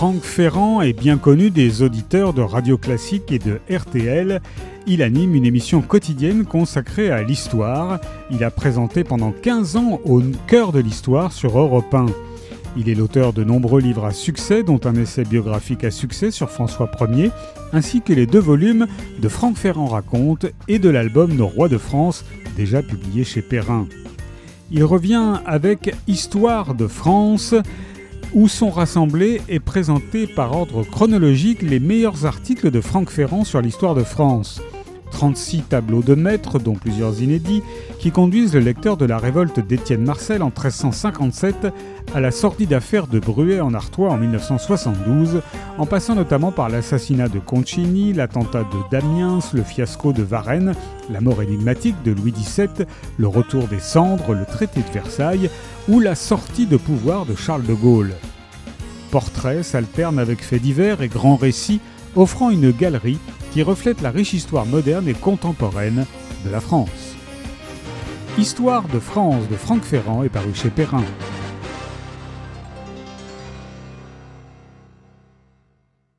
Franck Ferrand est bien connu des auditeurs de Radio Classique et de RTL. Il anime une émission quotidienne consacrée à l'histoire. Il a présenté pendant 15 ans Au cœur de l'histoire sur Europe 1. Il est l'auteur de nombreux livres à succès, dont un essai biographique à succès sur François Ier, ainsi que les 2 volumes de Franck Ferrand raconte et de l'album Nos rois de France, déjà publié chez Perrin. Il revient avec Histoire de France, où sont rassemblés et présentés par ordre chronologique les meilleurs articles de Franck Ferrand sur l'histoire de France. 36 tableaux de maître, dont plusieurs inédits, qui conduisent le lecteur de la révolte d'Étienne Marcel en 1357 à la sordide affaire de Bruay en Artois en 1972, en passant notamment par l'assassinat de Concini, l'attentat de Damiens, le fiasco de Varennes, la mort énigmatique de Louis XVII, le retour des cendres, le traité de Versailles ou la sortie de pouvoir de Charles de Gaulle. Portraits s'alternent avec faits divers et grands récits, offrant une galerie qui reflète la riche histoire moderne et contemporaine de la France. Histoire de France de Franck Ferrand est paru chez Perrin.